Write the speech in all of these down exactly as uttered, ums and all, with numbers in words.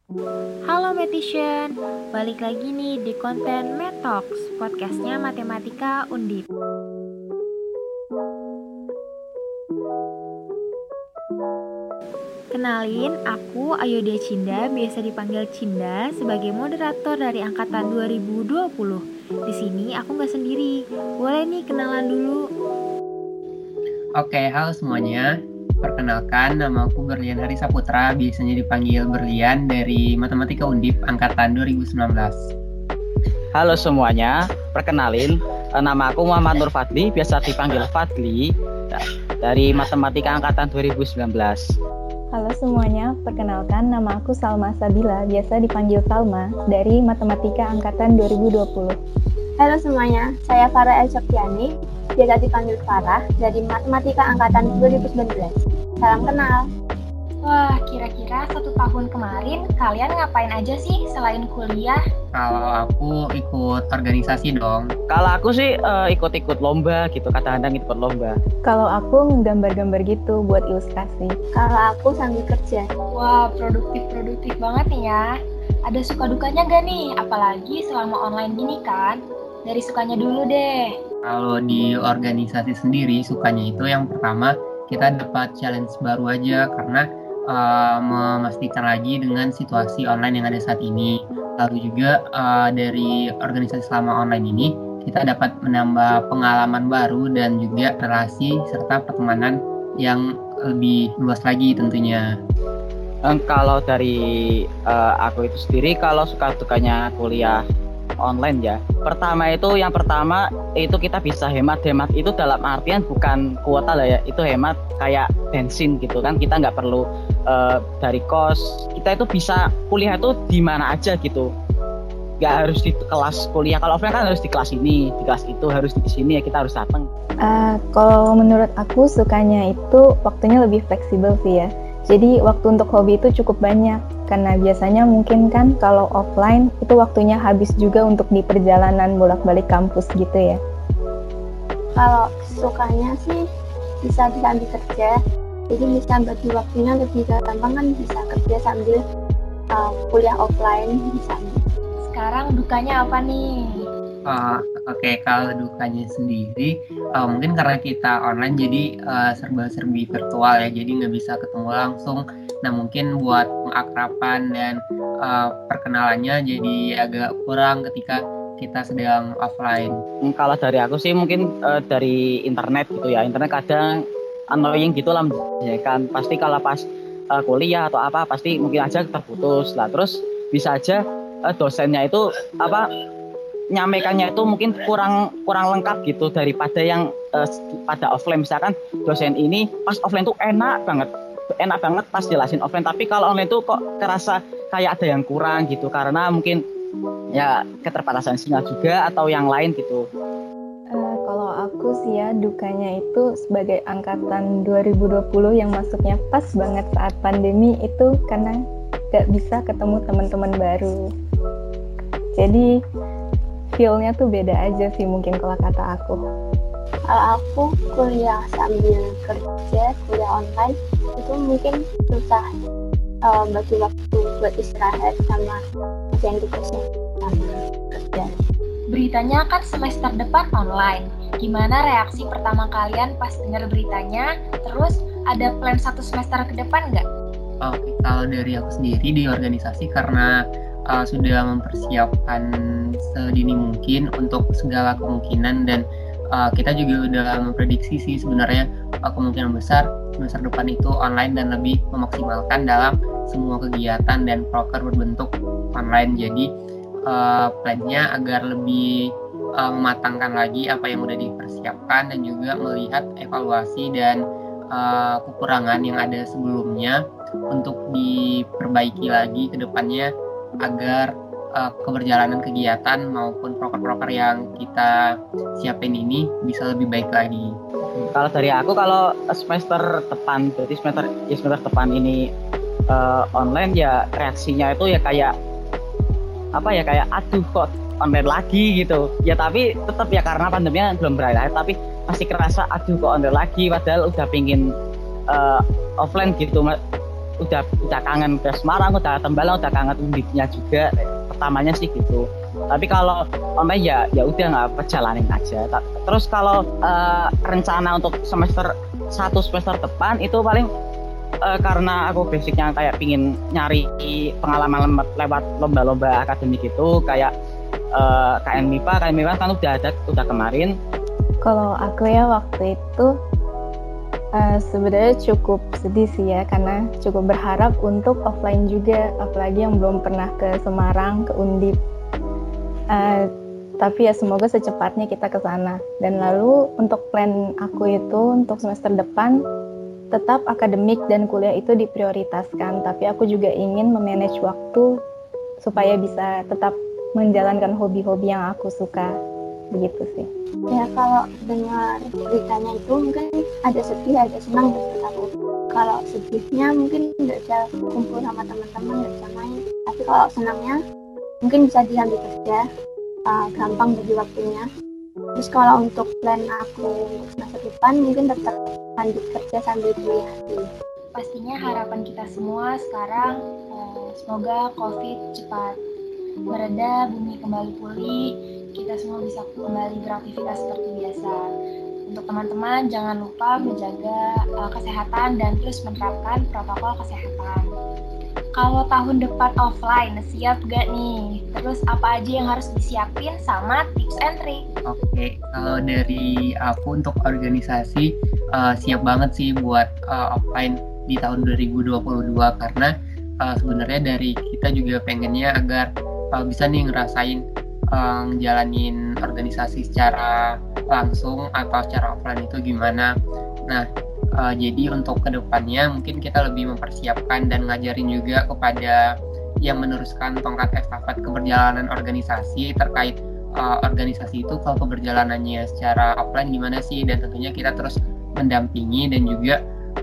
Halo Matician, balik lagi nih di konten Metox, podcastnya Matematika Undip. Kenalin, aku Ayodhya Cinda, biasa dipanggil Cinda, sebagai moderator dari angkatan dua ribu dua puluh. Di sini aku nggak sendiri, boleh nih kenalan dulu. Oke, halo semuanya. Perkenalkan, nama aku Berlian Hari Saputra, biasanya dipanggil Berlian dari Matematika Undip angkatan dua ribu sembilan belas. Halo semuanya, perkenalin, nama aku Muhammad Nur Fadli, biasa dipanggil Fadli, dari Matematika angkatan dua ribu sembilan belas. Halo semuanya, perkenalkan nama aku Salma Sabila, biasa dipanggil Salma, dari Matematika angkatan dua ribu dua puluh. Halo semuanya, saya Farah El-Softiani, biasa dipanggil Farah, dari Matematika angkatan dua ribu sembilan belas. Salam kenal. Wah, kira-kira satu tahun kemarin kalian ngapain aja sih selain kuliah? Kalau aku ikut organisasi dong. Kalau aku sih uh, ikut-ikut lomba gitu, kadang-kadang ikut lomba. Kalau aku nggambar-gambar gitu buat ilustrasi. Kalau aku sambil kerja. Wah, produktif-produktif banget nih ya. Ada suka dukanya gak nih? Apalagi selama online gini kan? Dari sukanya dulu deh. Kalau di organisasi sendiri, sukanya itu yang pertama, kita dapat challenge baru aja karena uh, memastikan lagi dengan situasi online yang ada saat ini. Lalu juga uh, dari organisasi selama online ini, kita dapat menambah pengalaman baru dan juga relasi serta pertemanan yang lebih luas lagi tentunya. Kalau dari uh, aku itu sendiri, kalau suka dukanya kuliah online ya. Pertama itu yang pertama itu kita bisa hemat-hemat itu dalam artian bukan kuota lah ya, itu hemat kayak bensin gitu kan, kita nggak perlu uh, dari kos, kita itu bisa kuliah itu di mana aja gitu, nggak harus di kelas kuliah. Kalau offline kan harus di kelas ini, di kelas itu, harus di sini ya kita harus datang. Uh, kalau menurut aku sukanya itu waktunya lebih fleksibel sih ya. Jadi waktu untuk hobi itu cukup banyak, karena biasanya mungkin kan kalau offline itu waktunya habis juga untuk di perjalanan bolak-balik kampus gitu ya. Kalau sukanya sih bisa disambil kerja, jadi bisa bagi waktunya lebih gampang kan, bisa kerja sambil uh, kuliah offline bisa. Sekarang dukanya apa nih? Uh, Oke, okay. Kalau dukanya sendiri, uh, mungkin karena kita online jadi uh, serba-serbi virtual ya, jadi nggak bisa ketemu langsung. Nah mungkin buat pengakraban dan uh, perkenalannya jadi agak kurang ketika kita sedang offline. Kalau dari aku sih mungkin uh, dari internet gitu ya, internet kadang annoying gitu lah, ya kan. Pasti kalau pas uh, kuliah atau apa, pasti mungkin aja terputus lah. Terus bisa aja uh, dosennya itu apa nyampaikannya itu mungkin kurang kurang lengkap gitu daripada yang uh, pada offline. Misalkan dosen ini pas offline tuh enak banget enak banget pas jelasin offline, tapi kalau online tuh kok kerasa kayak ada yang kurang gitu, karena mungkin ya keterbatasan sinyal juga atau yang lain gitu. Uh, kalau aku sih ya dukanya itu sebagai angkatan dua ribu dua puluh yang masuknya pas banget saat pandemi itu, karena gak bisa ketemu teman-teman baru. Jadi feel-nya tuh beda aja sih mungkin kalau kata aku. Kalau aku kuliah sambil kerja, kuliah online, itu mungkin susah uh, bagi waktu buat istirahat sama kerjaan tugasnya sama kerja. Beritanya kan semester depan online. Gimana reaksi pertama kalian pas dengar beritanya? Terus ada plan satu semester ke depan nggak? Oke, kalau dari aku sendiri di organisasi, karena Uh, sudah mempersiapkan sedini mungkin untuk segala kemungkinan, dan uh, kita juga udah memprediksi sih sebenarnya uh, kemungkinan besar semester depan itu online dan lebih memaksimalkan dalam semua kegiatan dan proker berbentuk online. Jadi uh, plannya agar lebih uh, mematangkan lagi apa yang udah dipersiapkan dan juga melihat evaluasi dan uh, kekurangan yang ada sebelumnya untuk diperbaiki lagi ke depannya, agar uh, keberjalanan kegiatan maupun proker-proker yang kita siapin ini bisa lebih baik lagi. Kalau dari aku, kalau semester depan, berarti semester ya semester depan ini uh, online ya, reaksinya itu ya kayak apa ya, kayak aduh kok online lagi gitu. Ya tapi tetap ya karena pandeminya belum berakhir, tapi masih kerasa aduh kok online lagi, padahal udah pingin uh, offline gitu. udah udah kangen ke Semarang, udah Tembalang, udah kangen Undipnya juga. Pertamanya sih gitu. Tapi kalau online ya ya udah nggak apa, jalanin aja. Terus kalau uh, rencana untuk semester satu semester depan itu paling uh, karena aku basicnya kayak pingin nyari pengalaman lewat lomba-lomba akademik itu kayak uh, K M I P A, K M I P A kan udah ada udah kemarin. Kalau aku ya waktu itu uh, sebenarnya cukup sedih sih ya, karena cukup berharap untuk offline juga, apalagi yang belum pernah ke Semarang, ke Undip. Uh, tapi ya semoga secepatnya kita ke sana. Dan lalu untuk plan aku itu untuk semester depan tetap akademik dan kuliah itu diprioritaskan, tapi aku juga ingin memanage waktu supaya bisa tetap menjalankan hobi-hobi yang aku suka. Begitu sih. Ya kalau dengar ceritanya itu mungkin ada sedih, ada senang ya menurut aku. Kalau sedihnya mungkin nggak bisa kumpul sama teman-teman, nggak bisa main. Tapi kalau senangnya mungkin bisa diambil kerja, uh, gampang bagi waktunya. Terus kalau untuk plan aku untuk semester depan mungkin tetap lanjut kerja sambil kuliah sih. Pastinya harapan kita semua sekarang uh, semoga COVID cepat mereda, bumi kembali pulih, kita semua bisa kembali beraktivitas seperti biasa. Untuk teman-teman jangan lupa menjaga uh, kesehatan dan terus menerapkan protokol kesehatan. Kalau tahun depan offline, siap gak nih? Terus apa aja yang harus disiapin sama tips and trick? Oke, kalau dari aku untuk organisasi uh, siap banget sih buat uh, offline di tahun dua ribu dua puluh dua, karena uh, sebenarnya dari kita juga pengennya agar uh, bisa nih ngerasain uh, ngejalanin organisasi secara langsung atau secara offline itu gimana. Nah, uh, jadi untuk kedepannya mungkin kita lebih mempersiapkan dan ngajarin juga kepada yang meneruskan tongkat estafet keberjalanan organisasi terkait uh, organisasi itu kalau keberjalanannya secara offline gimana sih, dan tentunya kita terus mendampingi dan juga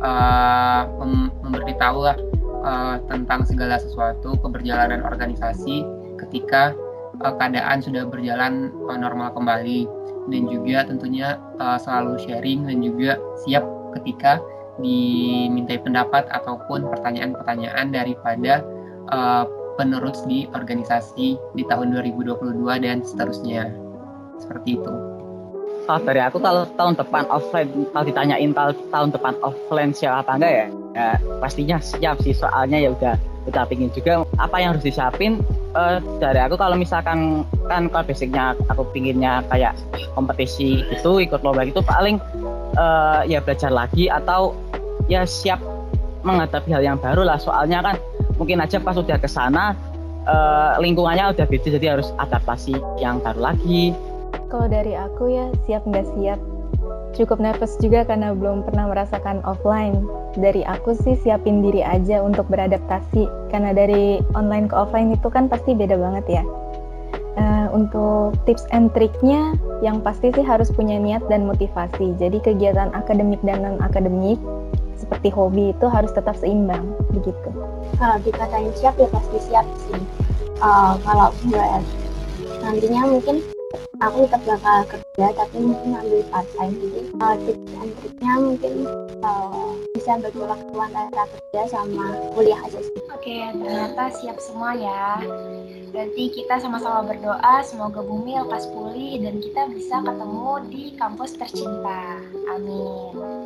uh, mem- memberitahu lah uh, tentang segala sesuatu keberjalanan organisasi ketika uh, keadaan sudah berjalan uh, normal kembali, dan juga tentunya uh, selalu sharing dan juga siap ketika dimintai pendapat ataupun pertanyaan-pertanyaan daripada uh, penerus di organisasi di tahun dua ribu dua puluh dua dan seterusnya. Seperti itu. Oh, dari aku kalau tahun depan offline, kalau ditanyain tahun, tahun depan offline siap apa enggak ya? Ya pastinya siap sih, soalnya ya udah udah pingin juga apa yang harus disiapin. Uh, dari aku kalau misalkan kan kalau basicnya aku pinginnya kayak kompetisi gitu, ikut lomba gitu, paling uh, ya belajar lagi atau ya siap menghadapi hal yang baru lah, soalnya kan mungkin aja pas udah kesana uh, lingkungannya udah beda, jadi harus adaptasi yang baru lagi. Kalau dari aku ya siap nggak siap, cukup nervous juga karena belum pernah merasakan offline. Dari aku sih siapin diri aja untuk beradaptasi, karena dari online ke offline itu kan pasti beda banget ya. Uh, untuk tips and triknya yang pasti sih harus punya niat dan motivasi. Jadi kegiatan akademik dan non akademik seperti hobi itu harus tetap seimbang begitu. Kalau dikatain siap ya pasti siap sih. Uh, kalau buat nantinya mungkin aku tetap bakal kerja tapi mungkin ambil part time, jadi uh, tips and triknya mungkin uh, bisa bagi waktu antara kerja sama kuliah aja sih. Oke, ternyata siap semua ya. Berarti kita sama-sama berdoa semoga bumi lekas pulih dan kita bisa ketemu di kampus tercinta. Amin.